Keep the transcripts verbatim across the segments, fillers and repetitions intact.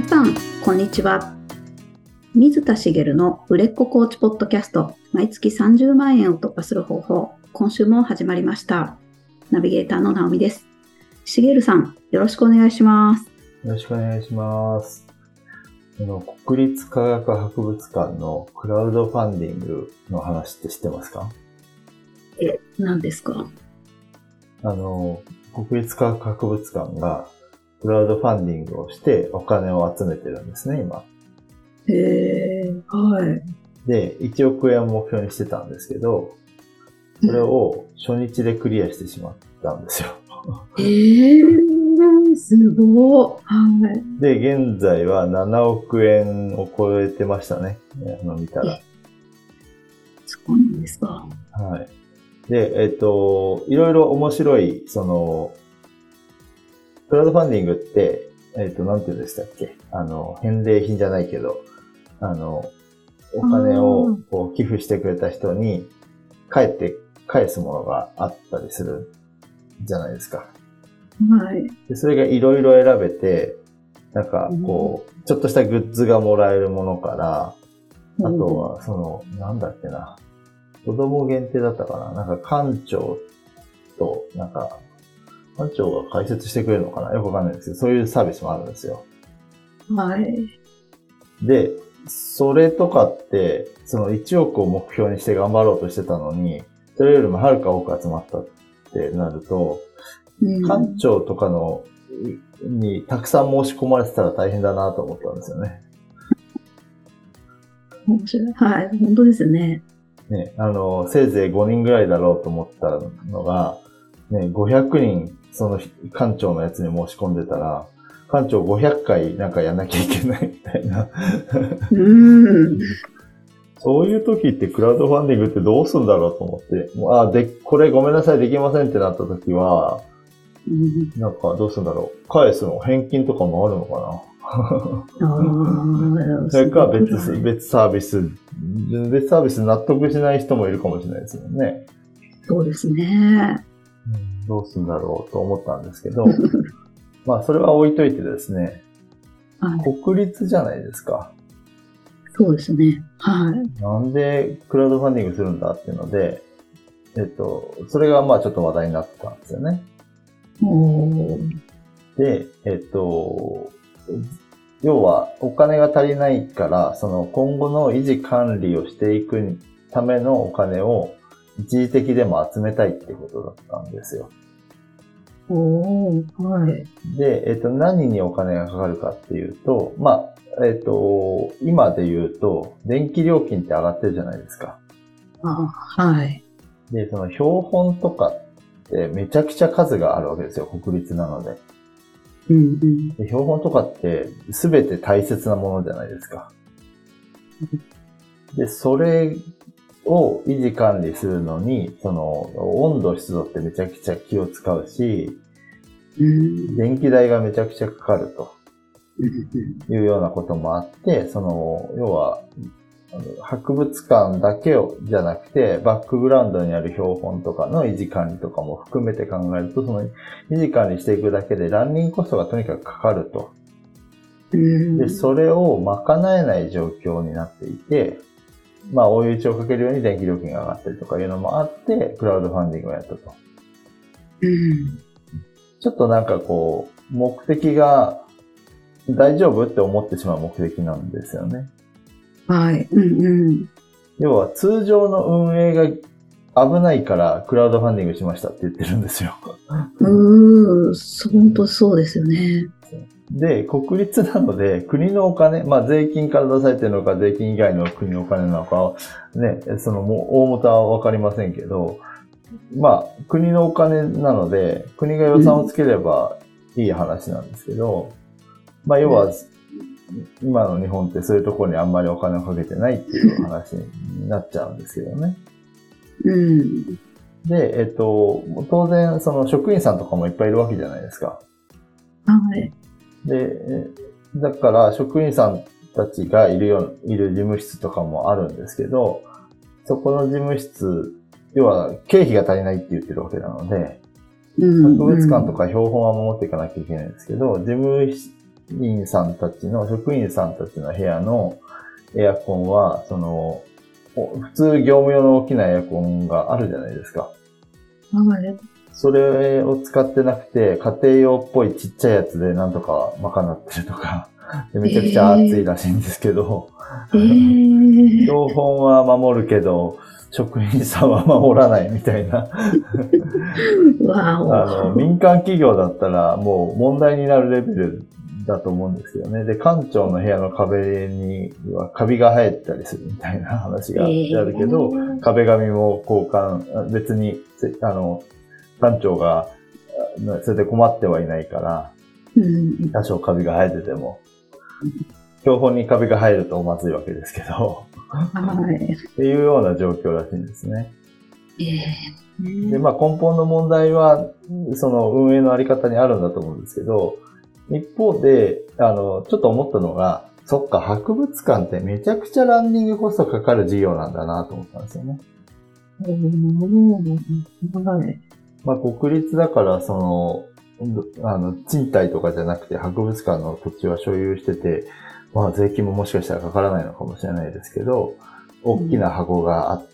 さんこんにちは。水田茂の売れっ子コーチポッドキャスト、毎月さんじゅうまんえんを突破する方法、今週も始まりました。ナビゲーターの直美です。茂さん、よろしくお願いします。 よろしくお願いします。あの国立科学博物館のクラウドファンディングの話って知ってますか？ え、何ですか？ あの国立科学博物館がクラウドファンディングをしてお金を集めてるんですね、今。 へー、はい。 で、いちおくえんを目標にしてたんですけど、それを初日でクリアしてしまったんですよ。 えー、すごい。はい。 で、現在はななおくえんを超えてましたね。あの見たら。 そうなんですか。 はい。で、えっと、いろいろ面白い、その、クラウドファンディングって、えっと、なんて言うんでしたっけ？あの、返礼品じゃないけど、あの、お金をこう寄付してくれた人に、帰って返すものがあったりするじゃないですか。 はい。 で、それがいろいろ選べて、なんかこう、うん、ちょっとしたグッズがもらえるものから、あとは、その、なんだっけな、子供限定だったかな、なんか館長と、なんか、館長が解説してくれるのかな、よくわかんないですけど、そういうサービスもあるんですよ。 はい。 で、それとかって、そのいちおくを目標にして頑張ろうとしてたのに、それよりもはるか多く集まったってなると、うん、館長とかのにたくさん申し込まれてたら大変だなと思ったんですよね。 面白い。はい、本当ですね。 ね、あの、せいぜいごにんぐらいだろうと思ったのが、ね、ごひゃくにんその館長のやつに申し込んでたら、館長ごひゃっかいなんかやんなきゃいけないみたいな。うんそういう時ってクラウドファンディングってどうするんだろうと思って、もうあで、これごめんなさいできませんってなった時は、うん、なんかどうするんだろう。返すの、返金とかもあるのかな。あそれか別、別サービス、別サービス納得しない人もいるかもしれないですよね。 そうですね。 どうするんだろうと思ったんですけど、まあそれは置いといてですね、はい、国立じゃないですか。 そうですね。はい。 なんでクラウドファンディングするんだっていうので、えっと、それがまあちょっと話題になったんですよね。 おで、えっと、要はお金が足りないから、その今後の維持管理をしていくためのお金を一時的でも集めたいっていうことだったんですよ。 おー、はい。 で、えっと、何にお金がかかるかっていうと、まあ、えっと、今で言うと、電気料金って上がってるじゃないですか。 あ、はい。 で、その標本とかってめちゃくちゃ数があるわけですよ、国立なので。 うんうん、 で標本とかって全て大切なものじゃないですか。で、それを維持管理するのに、その温度湿度ってめちゃくちゃ気を使うし、うん、電気代がめちゃくちゃかかるというようなこともあって、その要は博物館だけをじゃなくてバックグラウンドにある標本とかの維持管理とかも含めて考えると、その維持管理していくだけでランニングコストがとにかくかかると。うん、で、それを賄えない状況になっていて、まあ、追い打ちをかけるように電気料金が上がったりとかいうのもあって、クラウドファンディングをやったと。うん、ちょっとなんかこう、目的が大丈夫って思ってしまう目的なんですよね。 はい。うんうん、 要は通常の運営が危ないからクラウドファンディングしましたって言ってるんですよ。 うーん、本当そうですよね。 で、国立なので、国のお金、まあ税金から出されてるのか、税金以外の国のお金なのか、ね、そのもう大元はわかりませんけど、まあ国のお金なので、国が予算をつければいい話なんですけど、うん、まあ要は、今の日本ってそういうところにあんまりお金をかけてないっていう話になっちゃうんですけどね。うん。で、えっと、当然、その職員さんとかもいっぱいいるわけじゃないですか。 はい。 で、だから職員さんたちがいるよう、いる事務室とかもあるんですけど、そこの事務室、要は経費が足りないって言ってるわけなので、うん、博物館とか標本は守っていかなきゃいけないんですけど、事務員さんたちの、職員さんたちの部屋のエアコンは、その、普通業務用の大きなエアコンがあるじゃないですか。 はい。 それを使ってなくて、家庭用っぽいちっちゃいやつでなんとか賄ってるとか、めちゃくちゃ暑いらしいんですけど、 えー、 標本は守るけど、職員さんは守らないみたいな。 わお。 あの、民間企業だったらもう問題になるレベルだと思うんですよね。で、館長の部屋の壁にはカビが生えたりするみたいな話があるけど、えー、壁紙も交換、別に、あの、館長がそれで困ってはいないから、うん、多少カビが生えてても、標本にカビが生えるとまずいわけですけど、はい、っていうような状況らしいんですね。えー、で、まあ根本の問題は、その運営のあり方にあるんだと思うんですけど、一方で、あの、ちょっと思ったのが、そっか、博物館ってめちゃくちゃランニングコストかかる事業なんだなと思ったんですよね。うん、はい、まあ国立だから、その、あの、賃貸とかじゃなくて博物館の土地は所有してて、まあ税金ももしかしたらかからないのかもしれないですけど、大きな箱があって、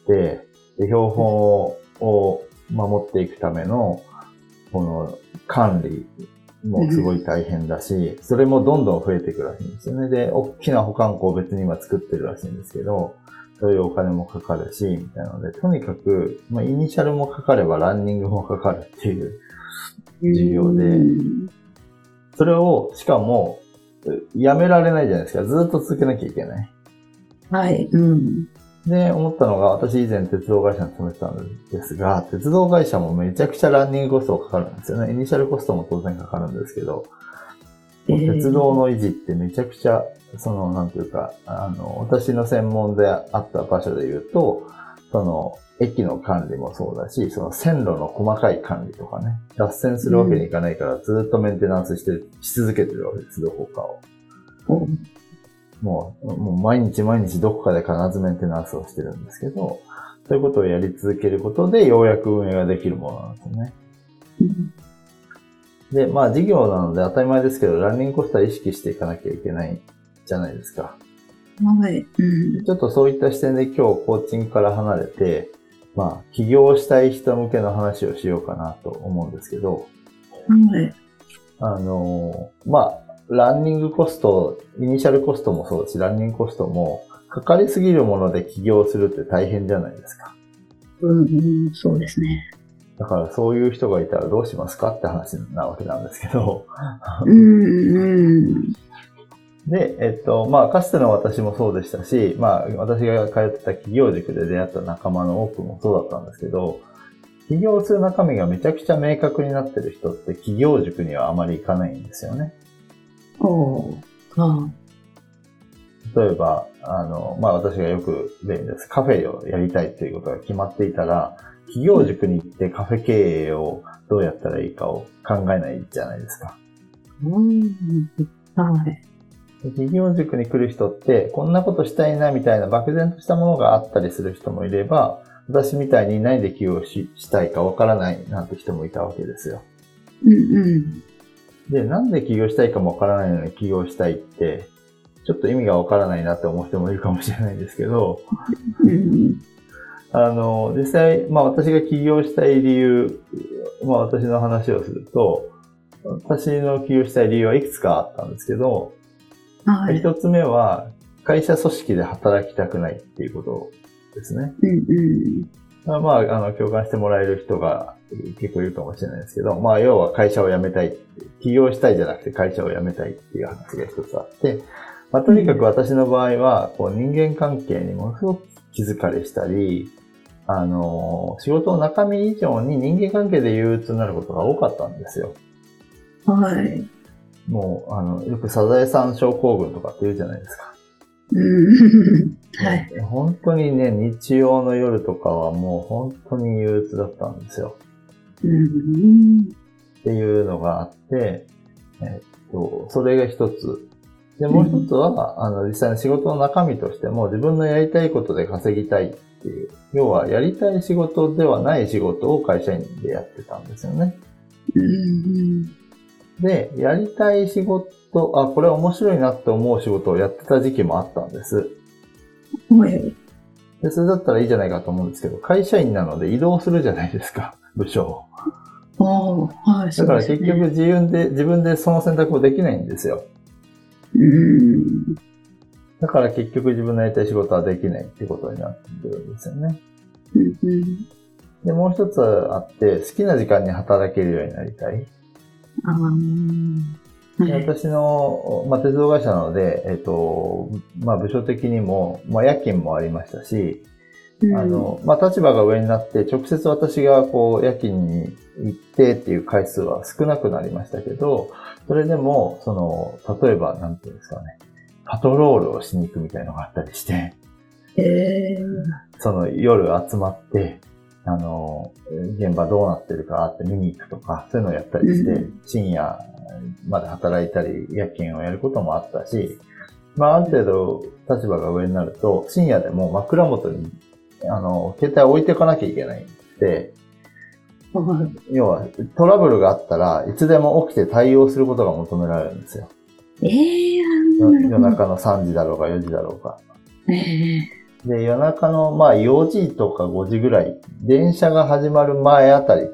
で標本を守っていくための、この管理もすごい大変だし、それもどんどん増えていくらしいんですよね。で、大きな保管庫を別に今作ってるらしいんですけど、そういうお金もかかるし、みたいなので、とにかく、まあ、イニシャルもかかればランニングもかかるっていう事業で、それを、しかも、やめられないじゃないですか。ずっと続けなきゃいけない。 はい。うん。 で、思ったのが、私以前鉄道会社に勤めてたんですが、鉄道会社もめちゃくちゃランニングコストがかかるんですよね。イニシャルコストも当然かかるんですけど、えー、鉄道の維持ってめちゃくちゃ、その、なんていうか、あの、私の専門であった場所で言うと、その、駅の管理もそうだし、その線路の細かい管理とかね、脱線するわけにいかないから、ずっとメンテナンスして、し続けてるわけです、どこかを。うん、もう、もう毎日毎日どこかで必ずメンテナンスをしてるんですけど、そういうことをやり続けることで、ようやく運営ができるものなんですよね。うん、で、まあ事業なので当たり前ですけど、ランニングコストは意識していかなきゃいけないじゃないですか。はい。うん、ちょっとそういった視点で今日コーチングから離れて、まあ、起業したい人向けの話をしようかなと思うんですけど、はい。あの、まあ、ランニングコスト、イニシャルコストもそうだし、ランニングコストも、かかりすぎるもので起業するって大変じゃないですか。うん、うん、そうですね。だからそういう人がいたらどうしますかって話なわけなんですけど。うん、うん。で、えっと、まあ、かつての私もそうでしたし、まあ、私が通ってた企業塾で出会った仲間の多くもそうだったんですけど、起業する中身がめちゃくちゃ明確になってる人って企業塾にはあまり行かないんですよね。おー。はあ、例えば、あの、まあ、私がよく例に出すカフェをやりたいということが決まっていたら、企業塾に行ってカフェ経営をどうやったらいいかを考えないじゃないですか。うん。はい。企業塾に来る人って、こんなことしたいなみたいな漠然としたものがあったりする人もいれば、私みたいに何で起業 し, したいかわからないなんて人もいたわけですよ。うんうん。で、なんで起業したいかもわからないのに起業したいって、ちょっと意味がわからないなって思う人もいるかもしれないんですけど、うん、あの、実際、まあ私が起業したい理由、まあ私の話をすると、私の起業したい理由はいくつかあったんですけど、はい、一つ目は、会社組織で働きたくないっていうことですね。うんうん、まあ、あの、共感してもらえる人が結構いるかもしれないですけど、まあ、要は会社を辞めたい、起業したいじゃなくて会社を辞めたいっていう話が一つあって、まあ、とにかく私の場合は、こう、人間関係にものすごく気疲れしたり、あの、仕事の中身以上に人間関係で憂鬱になることが多かったんですよ。はい。もう、あの、よくサザエさん症候群とかって言うじゃないですか。うん。はい。本当にね、日曜の夜とかはもう本当に憂鬱だったんですよ。うん。っていうのがあって、えっと、それが一つ。で、もう一つは、うん、あの、実際の仕事の中身としても自分のやりたいことで稼ぎたいっていう、要はやりたい仕事ではない仕事を会社員でやってたんですよね。うん。 で、やりたい仕事、あ、これ面白いなって思う仕事をやってた時期もあったんです。 はい。 で、それだったらいいじゃないかと思うんですけど、会社員なので移動するじゃないですか、部署を。 ああ、はい、 だから結局自分で、自分でその選択をできないんですよ。 うーん。 だから結局自分のやりたい仕事はできないっていうことになってるんですよね。 うんうん、 で、もう一つあって、好きな時間に働けるようになりたい。 ああ、はい、 私の、まあ、鉄道会社なので、えっと、まあ、部署的にも、まあ、夜勤もありましたし、うん、あの、まあ、立場が上になって、直接私がこう、夜勤に行ってっていう回数は少なくなりましたけど、それでも、その、例えば、なんていうんですかね、パトロールをしに行くみたいなのがあったりして、 えー、 その夜集まって、あの、現場どうなってるかって見に行くとか、そういうのをやったりして、うん、深夜まで働いたり、夜勤をやることもあったし、まあある程度立場が上になると、深夜でも枕元に、あの、携帯を置いていかなきゃいけないんで、要はトラブルがあったらいつでも起きて対応することが求められるんですよ。 えー、 夜中のさんじだろうがよじだろうが。 えー、で、夜中のまあよじとかごじぐらい、電車が始まる前あたりって、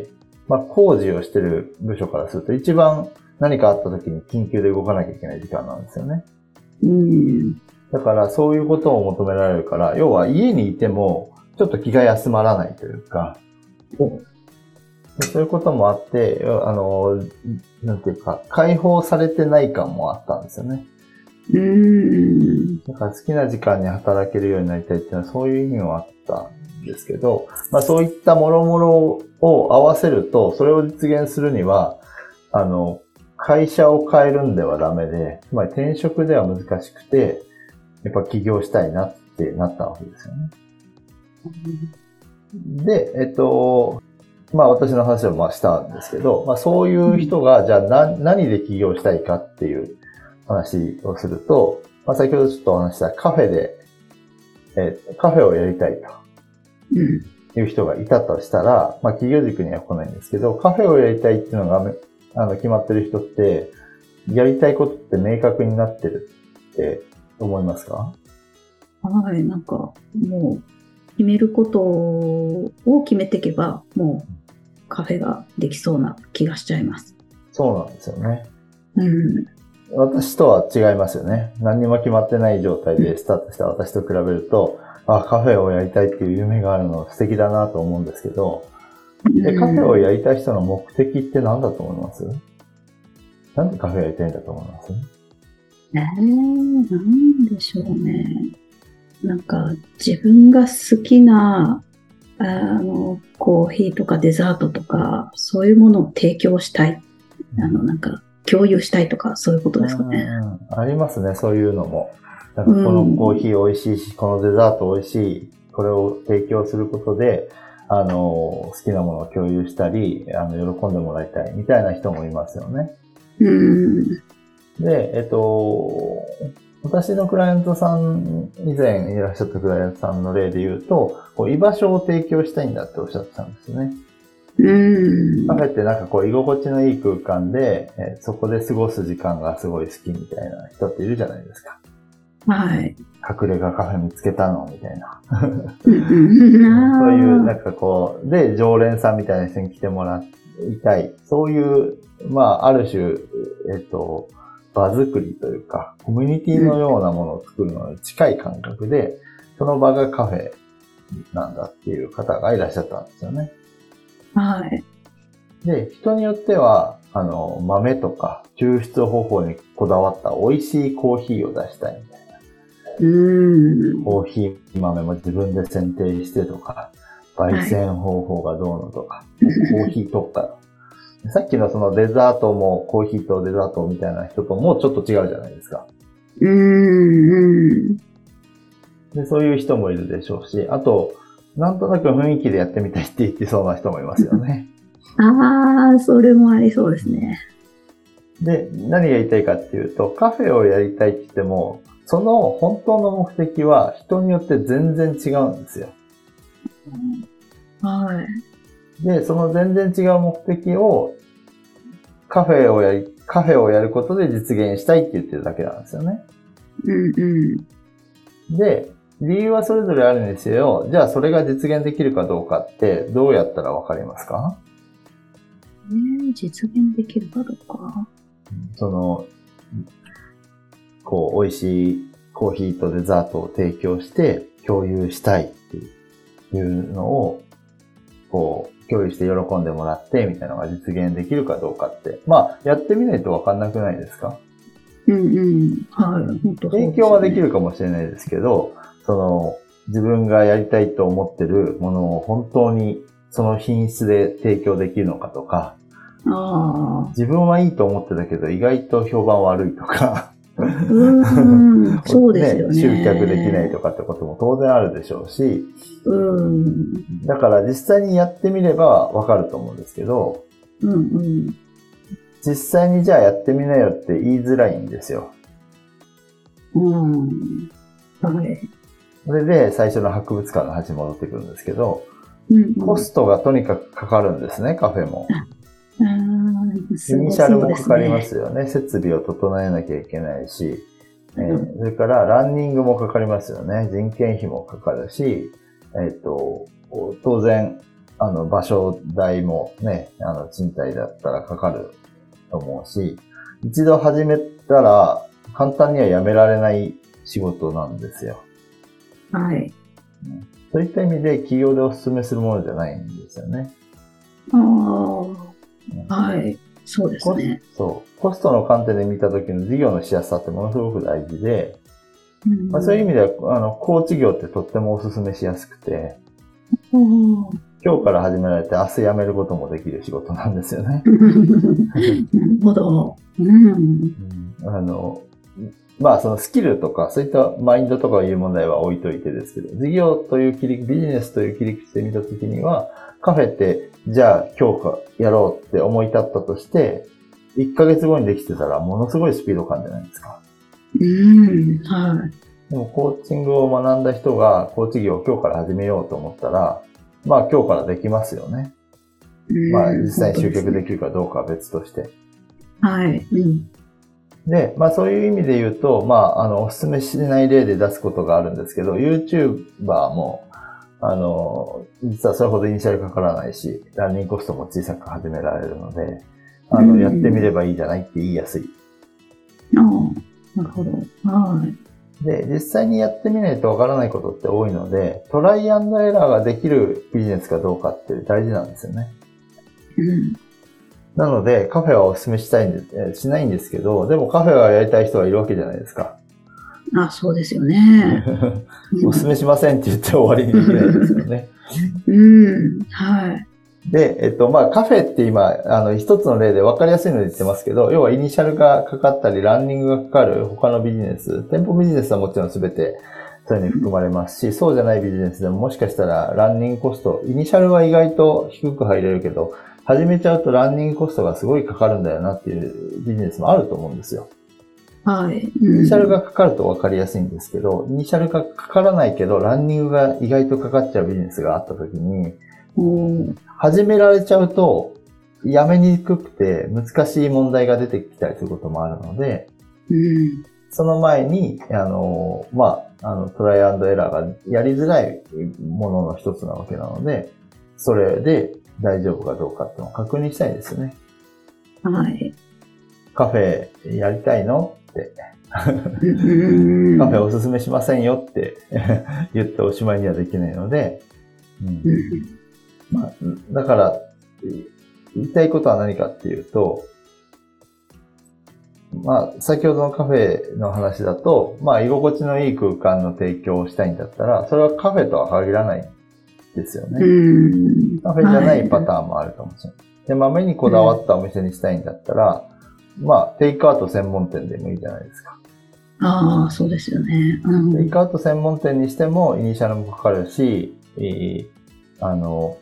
まあ工事をしてる部署からすると一番何かあった時に緊急で動かなきゃいけない時間なんですよね。 うん、 だからそういうことを求められるから、要は家にいてもちょっと気が休まらないというか、そういうこともあって、あの、なんていうか、解放されてない感もあったんですよね。 うーん。 だから好きな時間に働けるようになりたいっていうのはそういう意味もあったんですけど、まあそういったもろもろを合わせると、それを実現するには、あの、会社を変えるんではダメで、つまり転職では難しくて、やっぱ起業したいなってなったわけですよね。で、えっと、まあ私の話をまあしたんですけど、まあそういう人がじゃあ何、何で起業したいかっていう話をすると、まあ先ほどちょっとお話したカフェで、えー、カフェをやりたいという人がいたとしたら、まあ企業塾には来ないんですけど、カフェをやりたいっていうのがあの決まってる人って、やりたいことって明確になってるって思いますか？ はい、なんかもう決めることを決めていけば、もうカフェができそうな気がしちゃいます。 そうなんですよね。 うん。 私とは違いますよね。何にも決まってない状態でスタートした私と比べると、あ、カフェをやりたいっていう夢があるの素敵だなと思うんですけど、でカフェをやりたい人の目的って何だと思います？なんでカフェやりたいんだと思います？ えー、なんでしょうね。なんか自分が好きなあのコーヒーとかデザートとかそういうものを提供したい、あのなんか共有したいとかそういうことですかね。 うん、ありますね、そういうのも。なんかこのコーヒー美味しいし、うん、このデザート美味しい、これを提供することで、あの好きなものを共有したり、あの喜んでもらいたいみたいな人もいますよね。 うん、 で、えっと。私のクライアントさん、以前いらっしゃったクライアントさんの例で言うと、こう居場所を提供したいんだっておっしゃってたんですね。 うん。 カフェってなんかこう居心地のいい空間で、えー、そこで過ごす時間がすごい好きみたいな人っているじゃないですか。 はい。 隠れ家カフェ見つけたのみたいな。そういうなんかこう、で、常連さんみたいな人に来てもらいたい。そういう、まあ、ある種、えっと、場作りというか、コミュニティのようなものを作るのに近い感覚で、その場がカフェなんだっていう方がいらっしゃったんですよね。 はい。 で、人によっては、あの、豆とか抽出方法にこだわった美味しいコーヒーを出したいみたいな。 うーん。 コーヒー豆も自分で選定してとか、焙煎方法がどうのとか、はい、コーヒー特化。さっきのそのデザートもコーヒーとデザートみたいな人ともちょっと違うじゃないですか。 うーん。 で、そういう人もいるでしょうし、あと、なんとなく雰囲気でやってみたいって言ってそうな人もいますよね。 ああ、それもありそうですね。 で、何が言いたいかっていうと、カフェをやりたいって言っても、その本当の目的は人によって全然違うんですよ。 はい。 で、その全然違う目的をカフェをやり、カフェをやることで実現したいって言ってるだけなんですよね。 うんうん。 で、理由はそれぞれあるんですよ。じゃあそれが実現できるかどうかってどうやったらわかりますか？ えー、実現できるかどうか。 その、こう、美味しいコーヒーとデザートを提供して共有したいっていうのを、こう、共有して喜んでもらってみたいなのが実現できるかどうかって。まあ、やってみないとわかんなくないですか？ うんうん。はい。本当そうですね。 提供はできるかもしれないですけど、その、自分がやりたいと思ってるものを本当にその品質で提供できるのかとか、 あ自分はいいと思ってたけど意外と評判悪いとか、 うーん、そうですよね。 集客できないとかってことも当然あるでしょうし、 うん、 だから実際にやってみればわかると思うんですけど、 うんうん、 実際にじゃあやってみなよって言いづらいんですよ。 うん、はい。 それで最初の博物館の話に戻ってくるんですけど、 うんうん、 コストがとにかくかかるんですね、カフェも。 あー、すイごいニシャルもそうですね。 かかりますよね。設備を整えなきゃいけないし、えー、それからランニングもかかりますよね。人件費もかかるし、えっと、当然、あの、場所代もね、あの、賃貸だったらかかると思うし、一度始めたら簡単にはやめられない仕事なんですよ。 はい。 そういった意味で企業でお勧めするものじゃないんですよね。 ああ、はい。そうですね。 そう。コストの観点で見たときの事業のしやすさってものすごく大事で、 うんまあ、そういう意味では、あの、コーチ業ってとってもお勧めしやすくて、 うん、 今日から始められて明日辞めることもできる仕事なんですよね。 なるほど。うん、 あの、まあそのスキルとかそういったマインドとかいう問題は置いといてですけど、事業という切り、ビジネスという切り口で見たときには、カフェってじゃあ今日かやろうって思い立ったとして、いっかげつごにできてたらものすごいスピード感じゃないですか。 うん、はい。 でもコーチングを学んだ人がコーチ業を今日から始めようと思ったら、まあ今日からできますよね。まあ実際に集客できるかどうかは別として。 はい。うん、 で、まあそういう意味で言うと、まああの、お勧めしない例で出すことがあるんですけど、YouTuber も、あの、実はそれほどイニシャルかからないし、ランニングコストも小さく始められるので、あの、やってみればいいじゃないって言いやすい。 ああ、なるほど。はい。 で、実際にやってみないとわからないことって多いので、トライアンドエラーができるビジネスかどうかって大事なんですよね。 うん、 なので、カフェはお勧めしたいんで、しないんですけど、でもカフェはやりたい人はいるわけじゃないですか。 あ、そうですよね。 お勧めしませんって言って終わりにできないですよね。 うん、はい。 で、えっと、まあ、カフェって今、あの、一つの例で分かりやすいので言ってますけど、要はイニシャルがかかったり、ランニングがかかる他のビジネス、店舗ビジネスはもちろん全てそれに含まれますし、そうじゃないビジネスでももしかしたらランニングコスト、イニシャルは意外と低く入れるけど、始めちゃうとランニングコストがすごいかかるんだよなっていうビジネスもあると思うんですよ。 はい。 うん、イニシャルがかかると分かりやすいんですけど、イニシャルがかからないけど、ランニングが意外とかかっちゃうビジネスがあったときに、始められちゃうと、やめにくくて難しい問題が出てきたりすることもあるので、 うん、 その前に、あの、まあ、あの、トライアンドエラーがやりづらいものの一つなわけなので、それで大丈夫かどうかっていうのを確認したいですよね。 はい。 カフェやりたいのって。カフェおすすめしませんよって言っておしまいにはできないので、うんまあ、だから、言いたいことは何かっていうと、まあ、先ほどのカフェの話だと、まあ、居心地のいい空間の提供をしたいんだったら、それはカフェとは限らないですよね。カフェじゃないパターンもあるかもしれない。はい、で、豆にこだわったお店にしたいんだったら、うん、まあ、テイクアウト専門店でもいいじゃないですか。 ああ、そうですよね、 うん。テイクアウト専門店にしても、イニシャルもかかるし、あの、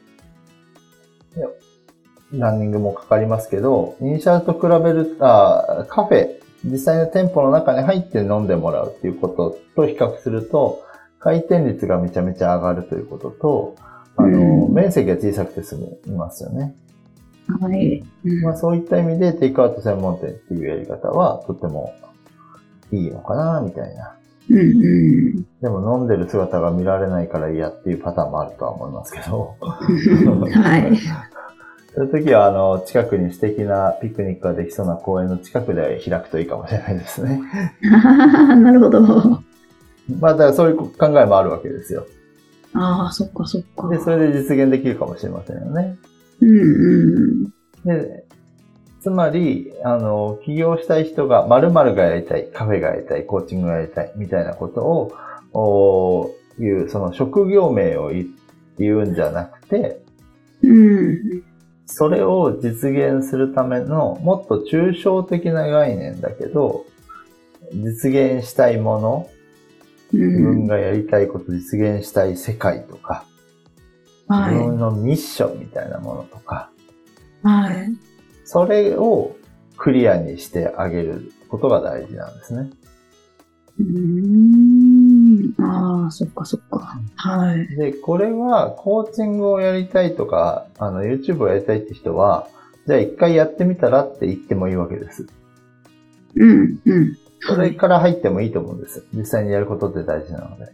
ランニングもかかりますけど、イニシャルと比べる、あ、カフェ、実際の店舗の中に入って飲んでもらうっていうことと比較すると、回転率がめちゃめちゃ上がるということと、あの、うん、面積が小さくて済みますよね。 はい。うん、 まあそういった意味でテイクアウト専門店っていうやり方はとてもいいのかな、みたいな。 うんうん、 でも飲んでる姿が見られないから嫌っていうパターンもあるとは思いますけど。 はい。 そういう時は、あの、近くに素敵なピクニックができそうな公園の近くで開くといいかもしれないですね。 なるほど。 まあ、だからそういう考えもあるわけですよ。 ああ、そっかそっか。 で、それで実現できるかもしれませんよね。 うんうん。 で、つまり、あの、起業したい人が〇〇がやりたい、カフェがやりたい、コーチングがやりたい、みたいなことを、おいう、その職業名を言うんじゃなくて、 うん、 それを実現するためのもっと抽象的な概念だけど、実現したいもの、自分がやりたいこと実現したい世界とか、 はい、 自分のミッションみたいなものとか、 はい、 それをクリアにしてあげることが大事なんですね。 うーん、ああ、そっかそっか。はい。 で、これはコーチングをやりたいとか、あの YouTube をやりたいって人は、じゃあ一回やってみたらって言ってもいいわけです。 うん、うん。 それから入ってもいいと思うんです。実際にやることって大事なので。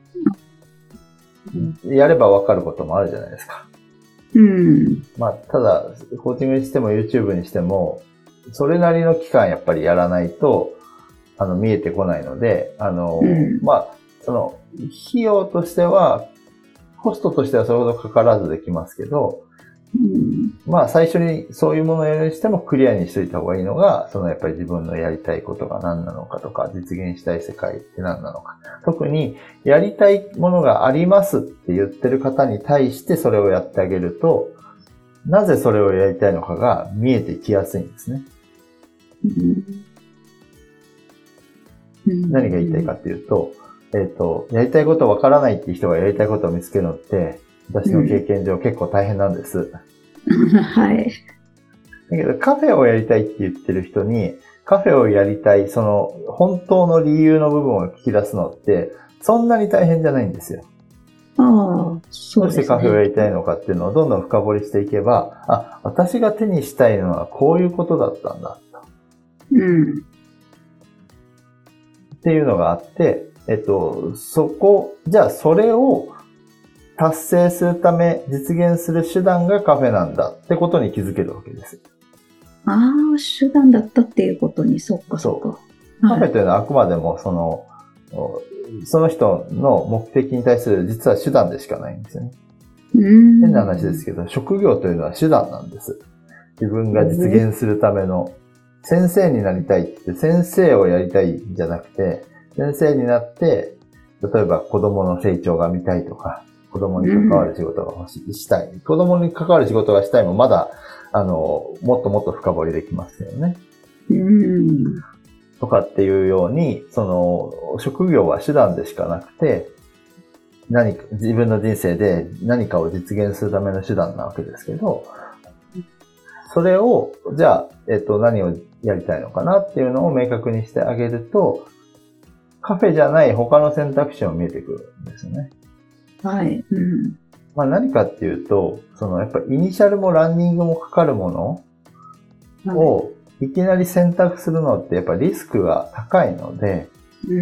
うん、やればわかることもあるじゃないですか。 うん。 まあ、ただ、コーチングにしても YouTube にしても、それなりの期間やっぱりやらないと、あの、見えてこないので、あの、うん、まあ、その、費用としては、コストとしてはそれほどかからずできますけど、うん、まあ最初にそういうものをやるにしてもクリアにしといた方がいいのが、そのやっぱり自分のやりたいことが何なのかとか、実現したい世界って何なのか。特にやりたいものがありますって言ってる方に対してそれをやってあげると、なぜそれをやりたいのかが見えてきやすいんですね。うん、何が言いたいかっていうと、えっと、やりたいことわからないっていう人がやりたいことを見つけるのって、私の経験上結構大変なんです。 うん、はい。 だけどカフェをやりたいって言ってる人に、カフェをやりたい、その本当の理由の部分を聞き出すのって、そんなに大変じゃないんですよ。 ああ、そうですね。 どうしてカフェをやりたいのかっていうのをどんどん深掘りしていけば、あ、私が手にしたいのはこういうことだったんだ。 うん。 っていうのがあって、えっと、そこ、じゃあそれを達成するため、実現する手段がカフェなんだってことに気づけるわけです。 ああ、手段だったっていうことに、そっかそっか。 カフェというのはあくまでもその、その人の目的に対する実は手段でしかないんですよね。変な話ですけど、職業というのは手段なんです。自分が実現するための、先生になりたいって言って先生をやりたいんじゃなくて、先生になって、例えば子供の成長が見たいとか、子供に関わる仕事が欲しい、したい。子供に関わる仕事がしたいもまだ、あの、もっともっと深掘りできますよね。うん。とかっていうように、その、職業は手段でしかなくて、何か、自分の人生で何かを実現するための手段なわけですけど、それを、じゃあ、えっと、何をやりたいのかなっていうのを明確にしてあげると、カフェじゃない他の選択肢も見えてくるんですよね。 はい。うん。 まあ何かっていうと、そのやっぱイニシャルもランニングもかかるものをいきなり選択するのってやっぱリスクが高いので、うん、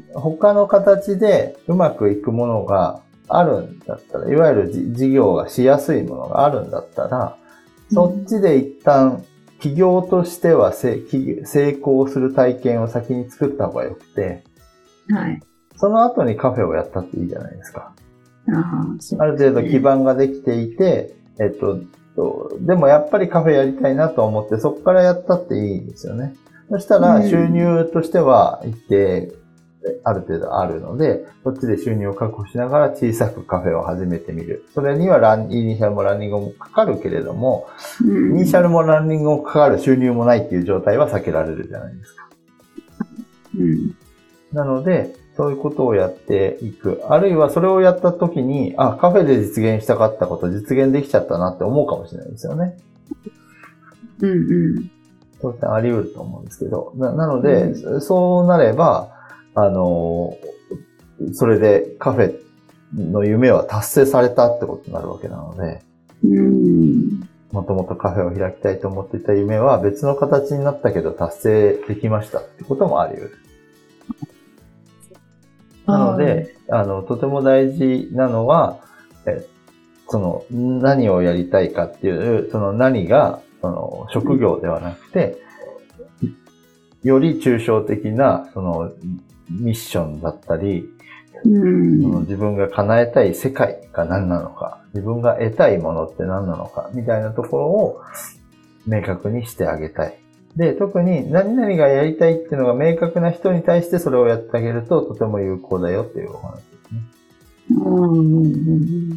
他の形でうまくいくものがあるんだったら、いわゆる事業がしやすいものがあるんだったら、そっちで一旦企業としては成功する体験を先に作った方がよくて、はい。その後にカフェをやったっていいじゃないですか。あ, そうですね、ある程度基盤ができていて、えっと、でもやっぱりカフェやりたいなと思ってそこからやったっていいんですよね。そしたら収入としては一定ある程度あるので、そっちで収入を確保しながら小さくカフェを始めてみる。それにはランイニシャルもランニングもかかるけれども、うん、イニシャルもランニングもかかる収入もないっていう状態は避けられるじゃないですか。うん、なので、そういうことをやっていく。あるいはそれをやった時に、あ、カフェで実現したかったこと実現できちゃったなって思うかもしれないですよね。うんうん。当然あり得ると思うんですけど。な, なので、うん、そうなれば、あの、それでカフェの夢は達成されたってことになるわけなので。うん。 もともとカフェを開きたいと思っていた夢は別の形になったけど達成できましたってこともあり得る。なので、あの、とても大事なのは、えその、何をやりたいかっていう、その何が、その、職業ではなくて、より抽象的な、その、ミッションだったり、うん、その自分が叶えたい世界が何なのか、自分が得たいものって何なのか、みたいなところを明確にしてあげたい。で、特に何々がやりたいっていうのが明確な人に対してそれをやってあげるととても有効だよっていうお話ですね。うん、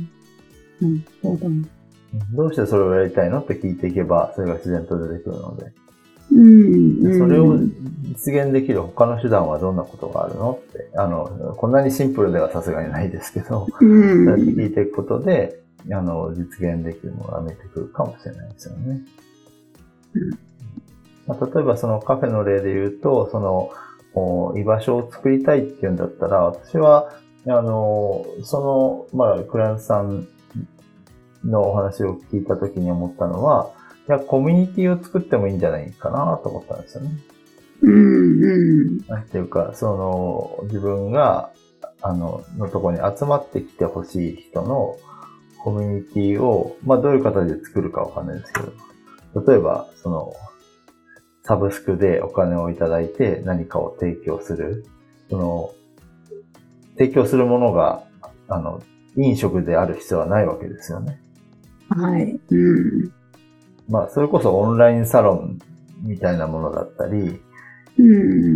なるほど。どうしてそれをやりたいのって聞いていけば、それが自然と出てくるので。うんうん、それを実現できる他の手段はどんなことがあるのって、あの、こんなにシンプルではさすがにないですけど、うん、そうやって聞いていくことで、あの、実現できるものが見えてくるかもしれないですよね。うんまあ、例えばそのカフェの例で言うと、その、居場所を作りたいっていうんだったら、私は、あの、その、まあ、クライアントさんのお話を聞いたときに思ったのは、いや、コミュニティを作ってもいいんじゃないかなと思ったんですよね。うんうん。なんていうか、その、自分が、あの、のところに集まってきてほしい人のコミュニティを、まあ、どういう形で作るかわかんないですけど、例えば、その、サブスクでお金をいただいて何かを提供する。その、提供するものが、あの、飲食である必要はないわけですよね。はい。うん。まあ、それこそオンラインサロンみたいなものだったり、うん、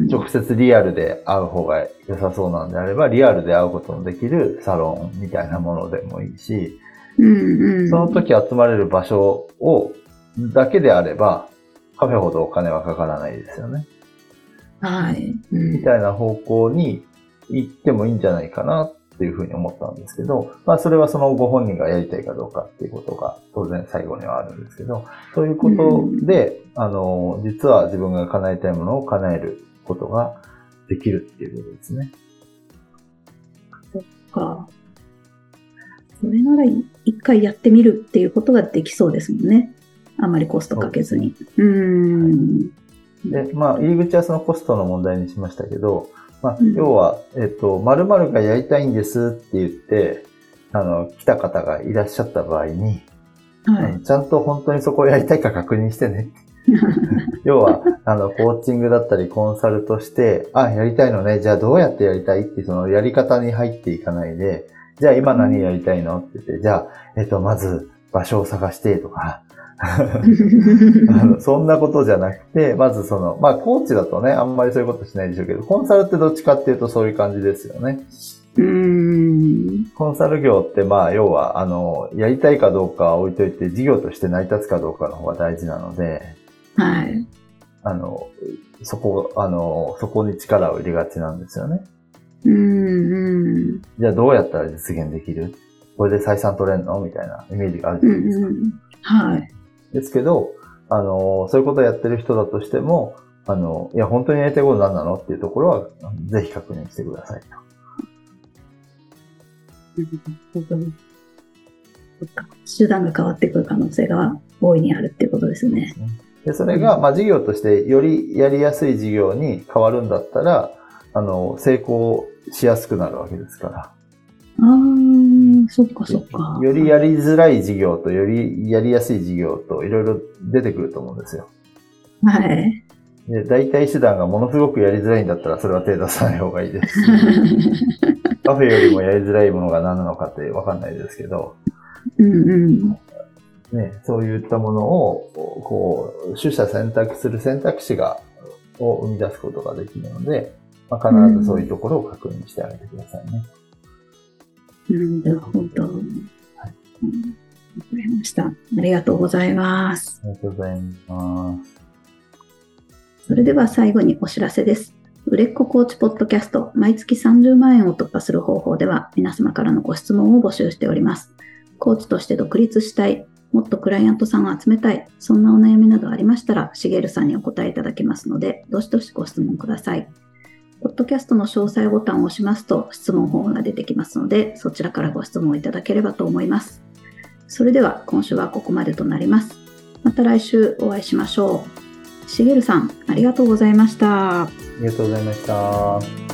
直接リアルで会う方が良さそうなんであれば、リアルで会うことのできるサロンみたいなものでもいいし、うんうん、その時集まれる場所を、だけであれば、カフェほどお金はかからないですよね。はい。うん、みたいな方向に行ってもいいんじゃないかなっていうふうに思ったんですけど、まあそれはそのご本人がやりたいかどうかっていうことが当然最後にはあるんですけど、そういうことで、うん、あの、実は自分が叶えたいものを叶えることができるっていうことですね。 そっか。それなら一回やってみるっていうことができそうですもんね。あんまりコストかけずに。うーん。 で、まあ、入り口はそのコストの問題にしましたけど、まあ、要は、えっと、〇〇がやりたいんですって言って、あの、来た方がいらっしゃった場合に、はい、ちゃんと本当にそこをやりたいか確認してね。要は、あの、コーチングだったりコンサルとして、あ、やりたいのね。じゃあどうやってやりたいってそのやり方に入っていかないで、じゃあ今何やりたいのって言って、じゃあ、えっと、まず場所を探してとか、あのそんなことじゃなくて、まずその、まあ、コーチだとね、あんまりそういうことしないでしょうけど、コンサルってどっちかっていうとそういう感じですよね。うーんコンサル業って、まあ、要は、あの、やりたいかどうかは置いといて、事業として成り立つかどうかの方が大事なので、はい。あの、そこ、あの、そこに力を入れがちなんですよね。うんうん。じゃあどうやったら実現できる？これで採算取れんのみたいなイメージがあるじゃないですか。うんうん、はい。ですけど、あの、そういうことをやってる人だとしても、あの、いや、本当にやりたいこと何なのっていうところは、ぜひ確認してくださいと。 手段が変わってくる可能性が大いにあるっていうことですね。 で、それが、まあ、事業としてよりやりやすい事業に変わるんだったら、あの、成功しやすくなるわけですから。 ああ、そっかそっか。 よりやりづらい事業とよりやりやすい事業といろいろ出てくると思うんですよ。はい。で、代替手段がものすごくやりづらいんだったらそれは手出さない方がいいですし。カフェよりもやりづらいものが何なのかってわかんないですけど。うんうん。ね、そういったものを、こう、取捨選択する選択肢が、を生み出すことができるので、まあ、必ずそういうところを確認してあげてくださいね。 なるほど。はい。わかりました。ありがとうございます。 ありがとうございます。 それでは最後にお知らせです。売れっ子コーチポッドキャスト、毎月さんじゅうまんえんを突破する方法では、皆様からのご質問を募集しております。コーチとして独立したい、もっとクライアントさんを集めたい、そんなお悩みなどありましたら、しげるさんにお答えいただけますので、どしどしご質問ください。ポッドキャストの詳細ボタンを押しますと、質問フォームが出てきますので、そちらからご質問いただければと思います。それでは、今週はここまでとなります。 また来週お会いしましょう。しげるさん、ありがとうございました。 ありがとうございました。